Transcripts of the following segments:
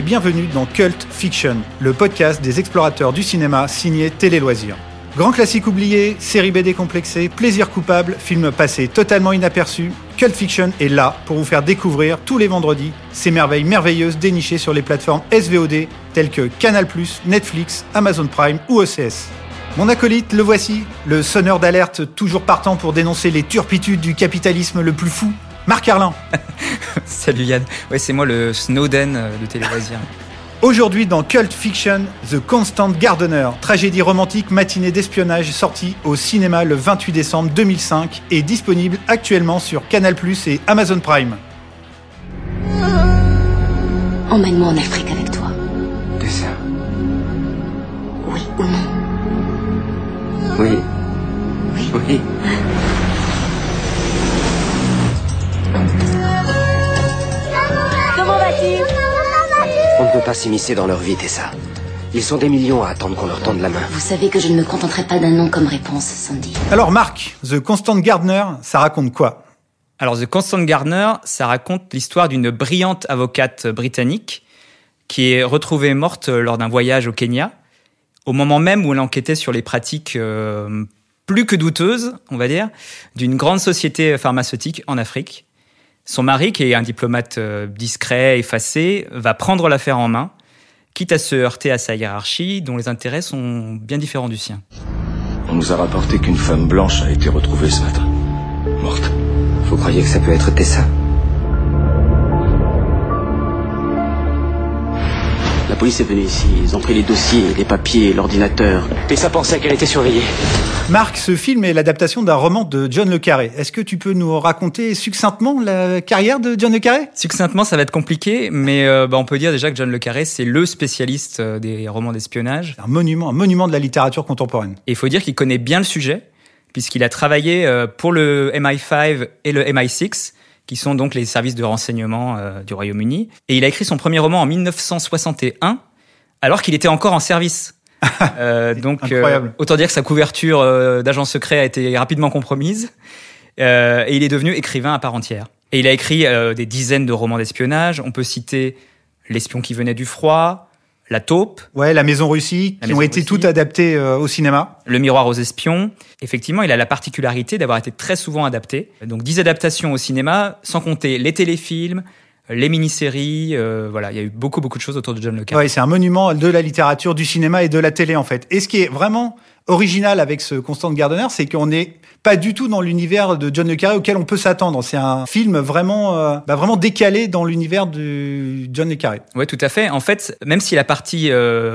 bienvenue dans Cult Fiction, le podcast des explorateurs du cinéma signé Télé Loisirs. Grand classique oublié, série B décomplexée, plaisir coupable, film passé totalement inaperçu, Cult Fiction est là pour vous faire découvrir tous les vendredis ces merveilles merveilleuses dénichées sur les plateformes SVOD telles que Canal+, Netflix, Amazon Prime ou OCS. Mon acolyte, le voici, le sonneur d'alerte toujours partant pour dénoncer les turpitudes du capitalisme le plus fou, Marc Arlin. Salut Yann, ouais, c'est moi le Snowden de Télé Loisirs. Aujourd'hui dans Cult Fiction, The Constant Gardener, tragédie romantique matinée d'espionnage sortie au cinéma le 28 décembre 2005 et disponible actuellement sur Canal+ et Amazon Prime. Emmène-moi en Afrique avec toi. Tessa. Oui ou non? Oui. Oui. Oui. Comment vas-tu? On ne peut pas s'immiscer dans leur vie, Tessa. Ils sont des millions à attendre qu'on leur tende la main. Vous savez que je ne me contenterai pas d'un nom comme réponse, Sandy. Alors Marc, The Constant Gardener, ça raconte quoi ? Alors The Constant Gardener, ça raconte l'histoire d'une brillante avocate britannique qui est retrouvée morte lors d'un voyage au Kenya, au moment même où elle enquêtait sur les pratiques plus que douteuses, on va dire, d'une grande société pharmaceutique en Afrique. Son mari, qui est un diplomate discret, effacé, va prendre l'affaire en main, quitte à se heurter à sa hiérarchie, dont les intérêts sont bien différents du sien. On nous a rapporté qu'une femme blanche a été retrouvée ce matin, morte. Vous croyez que ça peut être Tessa? La police est venue ici, ils ont pris les dossiers, les papiers, l'ordinateur. Tessa pensait qu'elle était surveillée. Marc, ce film est l'adaptation d'un roman de John le Carré. Est-ce que tu peux nous raconter succinctement la carrière de John le Carré ? Succinctement, ça va être compliqué, mais on peut dire déjà que John le Carré, c'est le spécialiste des romans d'espionnage. C'est un monument de la littérature contemporaine. Et il faut dire qu'il connaît bien le sujet, puisqu'il a travaillé pour le MI5 et le MI6, qui sont donc les services de renseignement du Royaume-Uni. Et il a écrit son premier roman en 1961, alors qu'il était encore en service. Donc, autant dire que sa couverture d'agent secret a été rapidement compromise. Et il est devenu écrivain à part entière. Et il a écrit des dizaines de romans d'espionnage. On peut citer L'espion qui venait du froid, La taupe. Ouais, La Maison Russie, qui ont été toutes adaptées au cinéma. Le miroir aux espions. Effectivement, il a la particularité d'avoir été très souvent adapté. Donc 10 adaptations au cinéma, sans compter les téléfilms, les mini-séries. Voilà, il y a eu beaucoup de choses autour de John le Carré. Ouais, c'est un monument de la littérature, du cinéma et de la télé, en fait. Et ce qui est vraiment original avec ce Constant Gardener, c'est qu'on n'est pas du tout dans l'univers de John le Carré auquel on peut s'attendre. C'est un film vraiment décalé dans l'univers de John le Carré. Ouais, tout à fait. En fait, même si la partie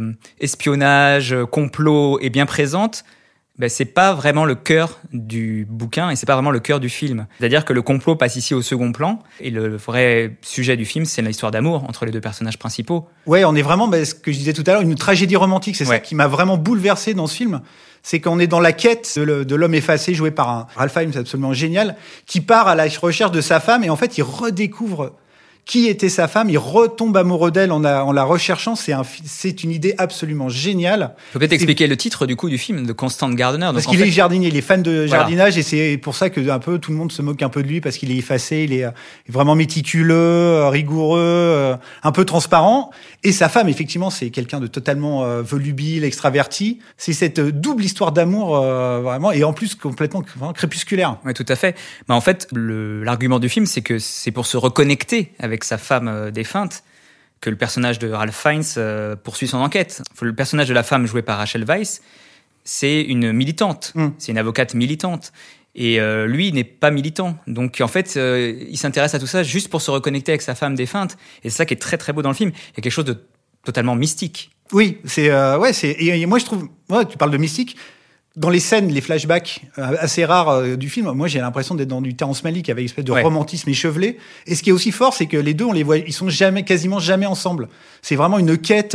espionnage, complot est bien présente, c'est pas vraiment le cœur du bouquin et c'est pas vraiment le cœur du film. C'est-à-dire que le complot passe ici au second plan et le vrai sujet du film, c'est l'histoire d'amour entre les deux personnages principaux. Ouais, on est vraiment, ce que je disais tout à l'heure, une tragédie romantique. C'est ça qui m'a vraiment bouleversé dans ce film. C'est qu'on est dans la quête de l'homme effacé, joué par un Ralph Fiennes absolument génial, qui part à la recherche de sa femme et en fait, il redécouvre qui était sa femme, il retombe amoureux d'elle en la recherchant. C'est une idée absolument géniale. Faut peut-être expliquer le titre du coup du film, de Constant Gardener. Parce qu'il est jardinier, il est fan de jardinage et c'est pour ça que tout le monde se moque un peu de lui parce qu'il est effacé, il est vraiment méticuleux, rigoureux, un peu transparent. Et sa femme, effectivement, c'est quelqu'un de totalement volubile, extraverti. C'est cette double histoire d'amour vraiment et en plus complètement crépusculaire. Ouais, tout à fait. Mais en fait, l'argument du film, c'est que c'est pour se reconnecter avec sa femme défunte que le personnage de Ralph Fiennes poursuit son enquête. Le personnage de la femme joué par Rachel Weisz, c'est une militante, c'est une avocate militante. Et lui, il n'est pas militant. Donc en fait, il s'intéresse à tout ça juste pour se reconnecter avec sa femme défunte. Et c'est ça qui est très très beau dans le film. Il y a quelque chose de totalement mystique. Oui, et moi je trouve, tu parles de mystique. Dans les scènes, les flashbacks assez rares du film, moi j'ai l'impression d'être dans du Terrence Malick avec une espèce de romantisme échevelé. Et ce qui est aussi fort, c'est que les deux, on les voit, ils sont quasiment jamais ensemble. C'est vraiment une quête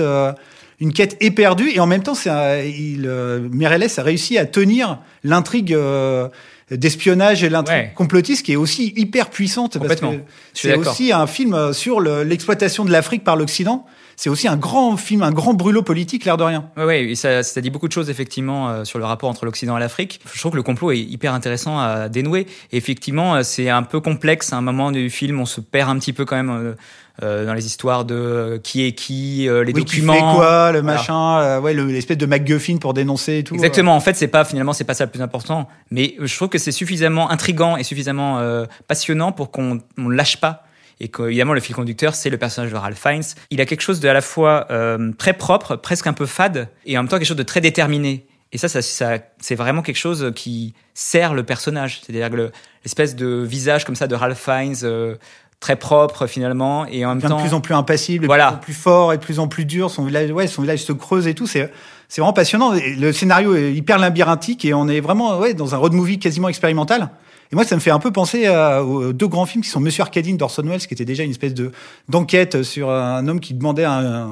éperdue. Et en même temps, Meirelles a réussi à tenir l'intrigue d'espionnage et l'intrigue complotiste qui est aussi hyper puissante. Parce que c'est aussi un film sur l'exploitation de l'Afrique par l'Occident. c'est aussi un grand film, un grand brûlot politique, l'air de rien. Ouais, et ça dit beaucoup de choses effectivement sur le rapport entre l'Occident et l'Afrique. Je trouve que le complot est hyper intéressant à dénouer. Et effectivement, c'est un peu complexe. À un moment du film, on se perd un petit peu quand même dans les histoires de qui est qui, les documents. Qui fait quoi, le machin, l'espèce de MacGuffin pour dénoncer et tout. Exactement. En fait, c'est pas ça le plus important. Mais je trouve que c'est suffisamment intriguant et suffisamment passionnant pour qu'on lâche pas. Et qu'évidemment, le fil conducteur, c'est le personnage de Ralph Fiennes. Il a quelque chose de à la fois très propre, presque un peu fade, et en même temps quelque chose de très déterminé. Et ça c'est vraiment quelque chose qui sert le personnage. C'est-à-dire que l'espèce de visage comme ça de Ralph Fiennes, très propre finalement, et en même temps... de plus en plus impassible, voilà. De plus en plus fort et de plus en plus dur. Son village se creuse et tout. C'est vraiment passionnant. Le scénario est hyper labyrinthique et on est vraiment dans un road movie quasiment expérimental. Et moi, ça me fait un peu penser aux deux grands films qui sont Monsieur Arkadine d'Orson Welles, qui était déjà une espèce d'enquête sur un homme qui demandait à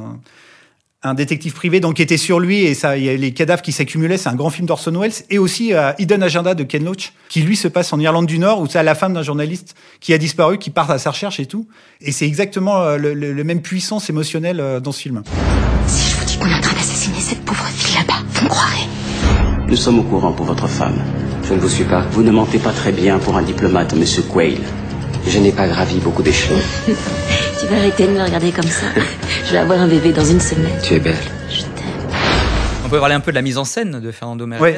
un détective privé d'enquêter sur lui, et ça, il y a les cadavres qui s'accumulaient. C'est un grand film d'Orson Welles. Et aussi Hidden Agenda de Ken Loach, qui lui se passe en Irlande du Nord, où c'est la femme d'un journaliste qui a disparu, qui part à sa recherche et tout. Et c'est exactement le même puissance émotionnelle dans ce film. Si je vous dis qu'on est en train d'assassiner cette pauvre fille là-bas, vous me croirez? Nous sommes au courant pour votre femme. Je ne vous suis pas. Vous ne mentez pas très bien pour un diplomate, monsieur Quayle. Je n'ai pas gravi beaucoup d'échelons. Tu vas arrêter de me regarder comme ça. Je vais avoir un bébé dans une semaine. Tu es belle. Je t'aime. On peut parler un peu de la mise en scène de Fernando Meirelles.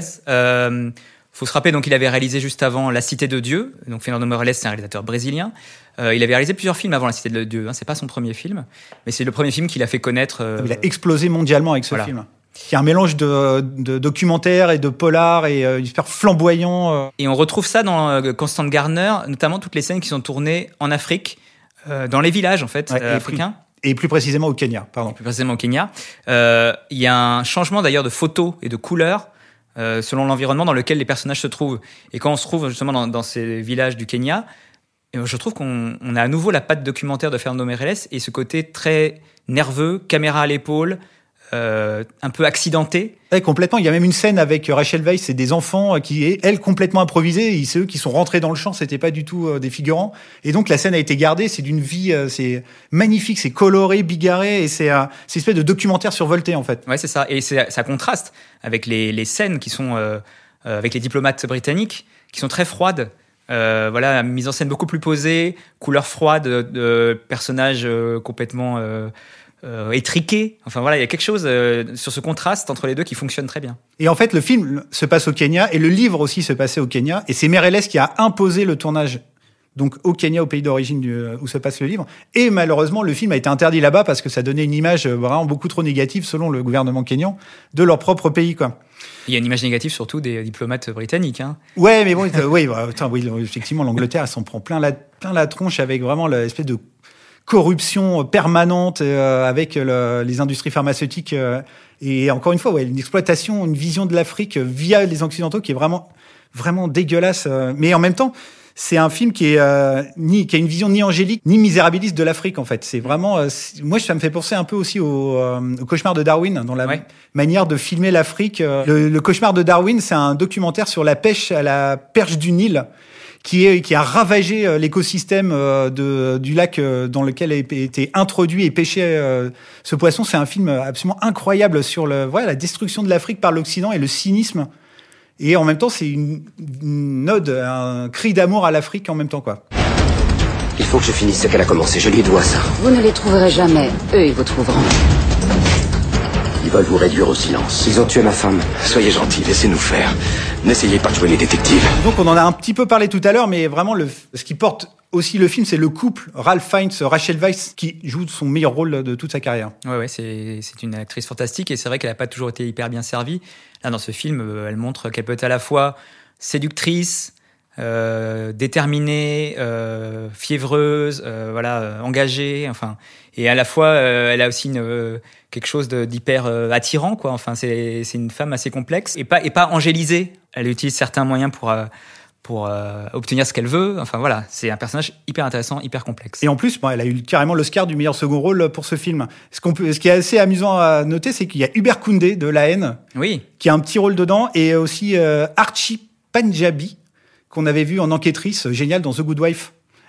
Faut se rappeler, donc, il avait réalisé juste avant La Cité de Dieu. Donc, Fernando Meirelles, c'est un réalisateur brésilien. Il avait réalisé plusieurs films avant La Cité de Dieu. C'est pas son premier film, mais c'est le premier film qu'il a fait connaître. Il a explosé mondialement avec ce film. Qui est un mélange de documentaire et de polar et hyper flamboyant. Et on retrouve ça dans Constant Garner, notamment toutes les scènes qui sont tournées en Afrique, dans les villages en fait africains. Et plus précisément au Kenya, pardon. Plus précisément au Kenya. Il y a un changement d'ailleurs de photos et de couleurs selon l'environnement dans lequel les personnages se trouvent. Et quand on se trouve justement dans ces villages du Kenya, je trouve qu'on a à nouveau la patte documentaire de Fernando Meirelles et ce côté très nerveux, caméra à l'épaule, un peu accidenté. Ouais, complètement. Il y a même une scène avec Rachel Weisz et des enfants qui est, elle, complètement improvisée. Et c'est eux qui sont rentrés dans le champ. C'était pas du tout des figurants. Et donc, la scène a été gardée. C'est d'une vie, c'est magnifique, c'est coloré, bigarré. Et c'est une espèce de documentaire survolté, en fait. Ouais, c'est ça. Et ça contraste avec les scènes qui sont, avec les diplomates britanniques, qui sont très froides. Voilà, mise en scène beaucoup plus posée, couleurs froides, de personnages complètement étriqué. Enfin voilà, il y a quelque chose sur ce contraste entre les deux qui fonctionne très bien. Et en fait, le film se passe au Kenya et le livre aussi se passait au Kenya. Et c'est Meirelles qui a imposé le tournage donc au Kenya, au pays d'origine où se passe le livre. Et malheureusement, le film a été interdit là-bas parce que ça donnait une image vraiment beaucoup trop négative, selon le gouvernement kényan, de leur propre pays, quoi. Il y a une image négative surtout des diplomates britanniques. Hein. Ouais, mais bon, oui, effectivement, l'Angleterre, elle s'en prend plein la tronche avec vraiment l'espèce de corruption permanente avec les industries pharmaceutiques. Et encore une fois, une exploitation, une vision de l'Afrique via les Occidentaux qui est vraiment, vraiment dégueulasse. Mais en même temps, c'est un film qui a une vision ni angélique ni misérabiliste de l'Afrique, en fait. C'est vraiment, moi, ça me fait penser un peu aussi au Cauchemar de Darwin, dans la manière de filmer l'Afrique. Le Cauchemar de Darwin, c'est un documentaire sur la pêche à la perche du Nil, qui a ravagé l'écosystème du lac dans lequel a été introduit et pêché ce poisson. C'est un film absolument incroyable sur la destruction de l'Afrique par l'Occident et le cynisme. Et en même temps, c'est une ode, un cri d'amour à l'Afrique en même temps, quoi. Il faut que je finisse ce qu'elle a commencé, je lui dois ça. Vous ne les trouverez jamais. Eux, ils vous trouveront. Ils veulent vous réduire au silence. Ils ont tué ma femme. Soyez gentils, laissez-nous faire. N'essayez pas de jouer les détectives. Donc on en a un petit peu parlé tout à l'heure, mais vraiment ce qui porte aussi le film, c'est le couple Ralph Fiennes, Rachel Weisz, qui joue son meilleur rôle de toute sa carrière. Ouais, c'est une actrice fantastique et c'est vrai qu'elle n'a pas toujours été hyper bien servie. Là, dans ce film, elle montre qu'elle peut être à la fois séductrice, déterminée, fiévreuse, engagée, enfin, et à la fois, elle a aussi quelque chose d'hyper attirant, quoi. Enfin, c'est une femme assez complexe et pas angélisée. Elle utilise certains moyens pour obtenir ce qu'elle veut. Enfin voilà, c'est un personnage hyper intéressant, hyper complexe. Et en plus, elle a eu carrément l'Oscar du meilleur second rôle pour ce film. Ce qui est assez amusant à noter, c'est qu'il y a Hubert Koundé de La Haine, qui a un petit rôle dedans, et aussi Archie Panjabi, qu'on avait vu en enquêtrice, génial, dans The Good Wife,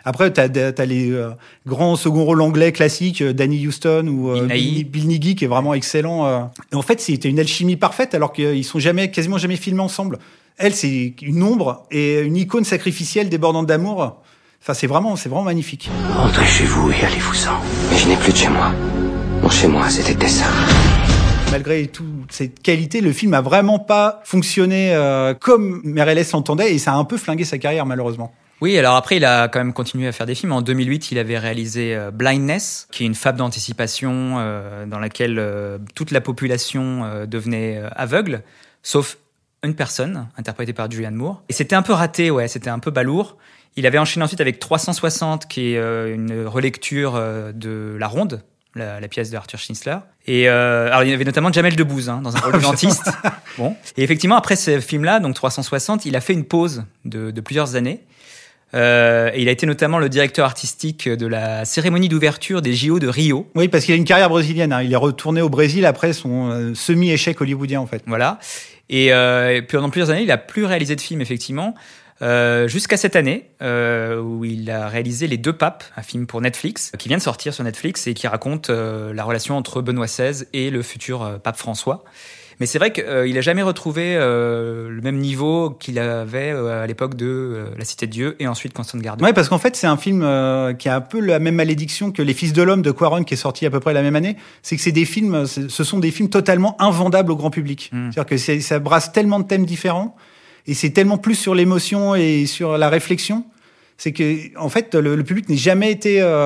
Après, t'as les grands second rôles anglais classiques, Danny Huston ou Bill Nighy, qui est vraiment excellent. Et en fait, c'était une alchimie parfaite, alors qu'ils sont quasiment jamais filmés ensemble. Elle, c'est une ombre et une icône sacrificielle débordante d'amour. Enfin, c'est vraiment magnifique. Rentrez chez vous et allez-vous-en. Mais je n'ai plus de chez moi. Mon chez moi, c'était ça. Malgré toute cette qualité, le film a vraiment pas fonctionné comme Meirelles l'entendait et ça a un peu flingué sa carrière, malheureusement. Oui, alors après, il a quand même continué à faire des films. En 2008, il avait réalisé Blindness, qui est une fable d'anticipation dans laquelle toute la population devenait aveugle, sauf une personne, interprétée par Julianne Moore. Et c'était un peu raté, c'était un peu balourd. Il avait enchaîné ensuite avec 360, qui est une relecture de La Ronde, la pièce de Arthur Schnitzler. Et alors il y avait notamment Jamel Debbouze dans un rôle de dentiste. Bon. Et effectivement, après ce film-là, donc 360, il a fait une pause de plusieurs années. Et il a été notamment le directeur artistique de la cérémonie d'ouverture des JO de Rio. Oui, parce qu'il a une carrière brésilienne. Il est retourné au Brésil après son semi-échec hollywoodien, en fait. Voilà. Et pendant plusieurs années, il n'a plus réalisé de film, effectivement. Jusqu'à cette année, où il a réalisé Les Deux Papes, un film pour Netflix, qui vient de sortir sur Netflix et qui raconte la relation entre Benoît XVI et le futur pape François. Mais c'est vrai qu'il n'a jamais retrouvé le même niveau qu'il avait à l'époque de La Cité de Dieu et ensuite Constant Garden. Ouais, parce qu'en fait, c'est un film qui a un peu la même malédiction que Les Fils de l'Homme de Cuarón, qui est sorti à peu près la même année. C'est que ce sont des films totalement invendables au grand public. C'est-à-dire que ça brasse tellement de thèmes différents et c'est tellement plus sur l'émotion et sur la réflexion. C'est que, en fait, le public n'a jamais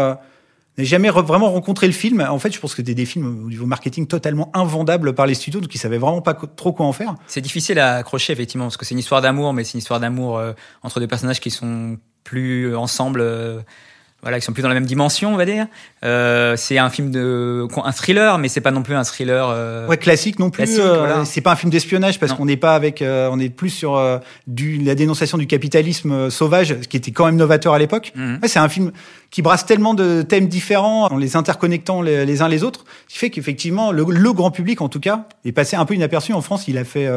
vraiment rencontré le film. En fait, je pense que c'était des films au niveau marketing totalement invendables par les studios, donc ils savaient vraiment pas trop quoi en faire. C'est difficile à accrocher, effectivement, parce que c'est une histoire d'amour, mais c'est une histoire d'amour entre deux personnages qui sont plus ensemble, qui sont plus dans la même dimension, on va dire. C'est un film un thriller, mais c'est pas non plus un thriller classique non plus. Classique, voilà. C'est pas un film d'espionnage parce qu'on n'est pas avec, on est plus sur la dénonciation du capitalisme sauvage, ce qui était quand même novateur à l'époque. Ouais, c'est un film qui brasse tellement de thèmes différents en les interconnectant les uns les autres, ce qui fait qu'effectivement le grand public, en tout cas, est passé un peu inaperçu. En France, il a fait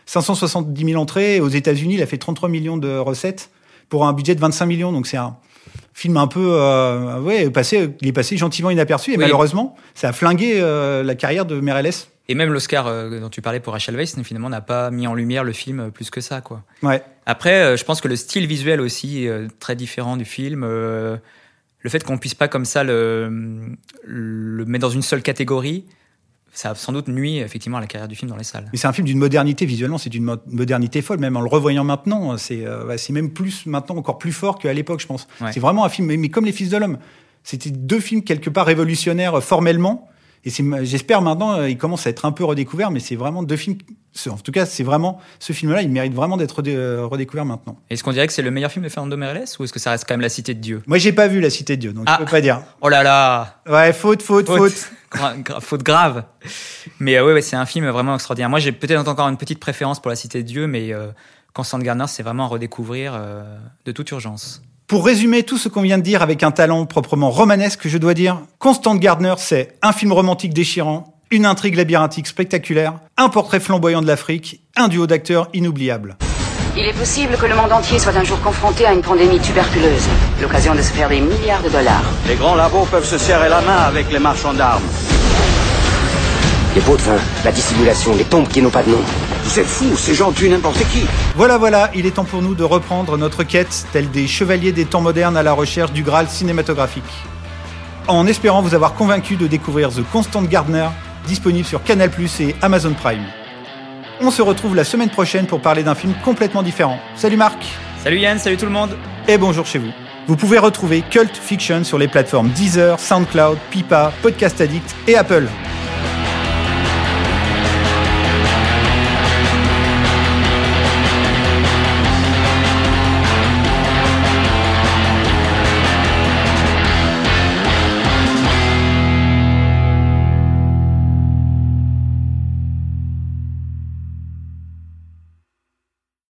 570 000 entrées. Aux États-Unis, il a fait 33 millions de recettes pour un budget de 25 millions. Donc c'est un film un peu il est passé gentiment inaperçu et malheureusement ça a flingué la carrière de Meirelles. Et même l'Oscar dont tu parlais pour Rachel Weisz finalement n'a pas mis en lumière le film plus que ça, quoi. Ouais. Après je pense que le style visuel aussi est très différent du film, le fait qu'on puisse pas comme ça le mettre dans une seule catégorie, ça a sans doute nuit effectivement à la carrière du film dans les salles. Mais c'est un film d'une modernité, visuellement, c'est d'une modernité folle, même en le revoyant maintenant, c'est même plus maintenant encore plus fort qu'à l'époque, je pense. Ouais. C'est vraiment un film, mais comme Les Fils de l'Homme, c'était deux films quelque part révolutionnaires formellement, et j'espère maintenant, ils commencent à être un peu redécouverts, mais c'est vraiment deux films, en tout cas, c'est vraiment, ce film-là, il mérite vraiment d'être redécouvert maintenant. Est-ce qu'on dirait que c'est le meilleur film de Fernando Meirelles, ou est-ce que ça reste quand même La Cité de Dieu? Moi, j'ai pas vu La Cité de Dieu, donc je peux pas dire. Oh là là! Ouais, faute. Faute grave. Mais ouais, c'est un film vraiment extraordinaire. Moi, j'ai peut-être encore une petite préférence pour La Cité de Dieu, mais Constant Garner, c'est vraiment à redécouvrir de toute urgence. Pour résumer tout ce qu'on vient de dire avec un talent proprement romanesque, je dois dire, Constant Garner, c'est un film romantique déchirant, une intrigue labyrinthique spectaculaire, un portrait flamboyant de l'Afrique, un duo d'acteurs inoubliable. Il est possible que le monde entier soit un jour confronté à une pandémie tuberculeuse, l'occasion de se faire des milliards de dollars. Les grands labos peuvent se serrer la main avec les marchands d'armes. Les pots de vin, la dissimulation, les tombes qui n'ont pas de nom. Vous êtes fous, ces gens tuent n'importe qui. Voilà, il est temps pour nous de reprendre notre quête, telle des chevaliers des temps modernes à la recherche du Graal cinématographique. En espérant vous avoir convaincu de découvrir The Constant Gardener, disponible sur Canal+ et Amazon Prime. On se retrouve la semaine prochaine pour parler d'un film complètement différent. Salut Marc. Salut Yann, salut tout le monde. Et bonjour chez vous. Vous pouvez retrouver Cult Fiction sur les plateformes Deezer, SoundCloud, Pipa, Podcast Addict et Apple.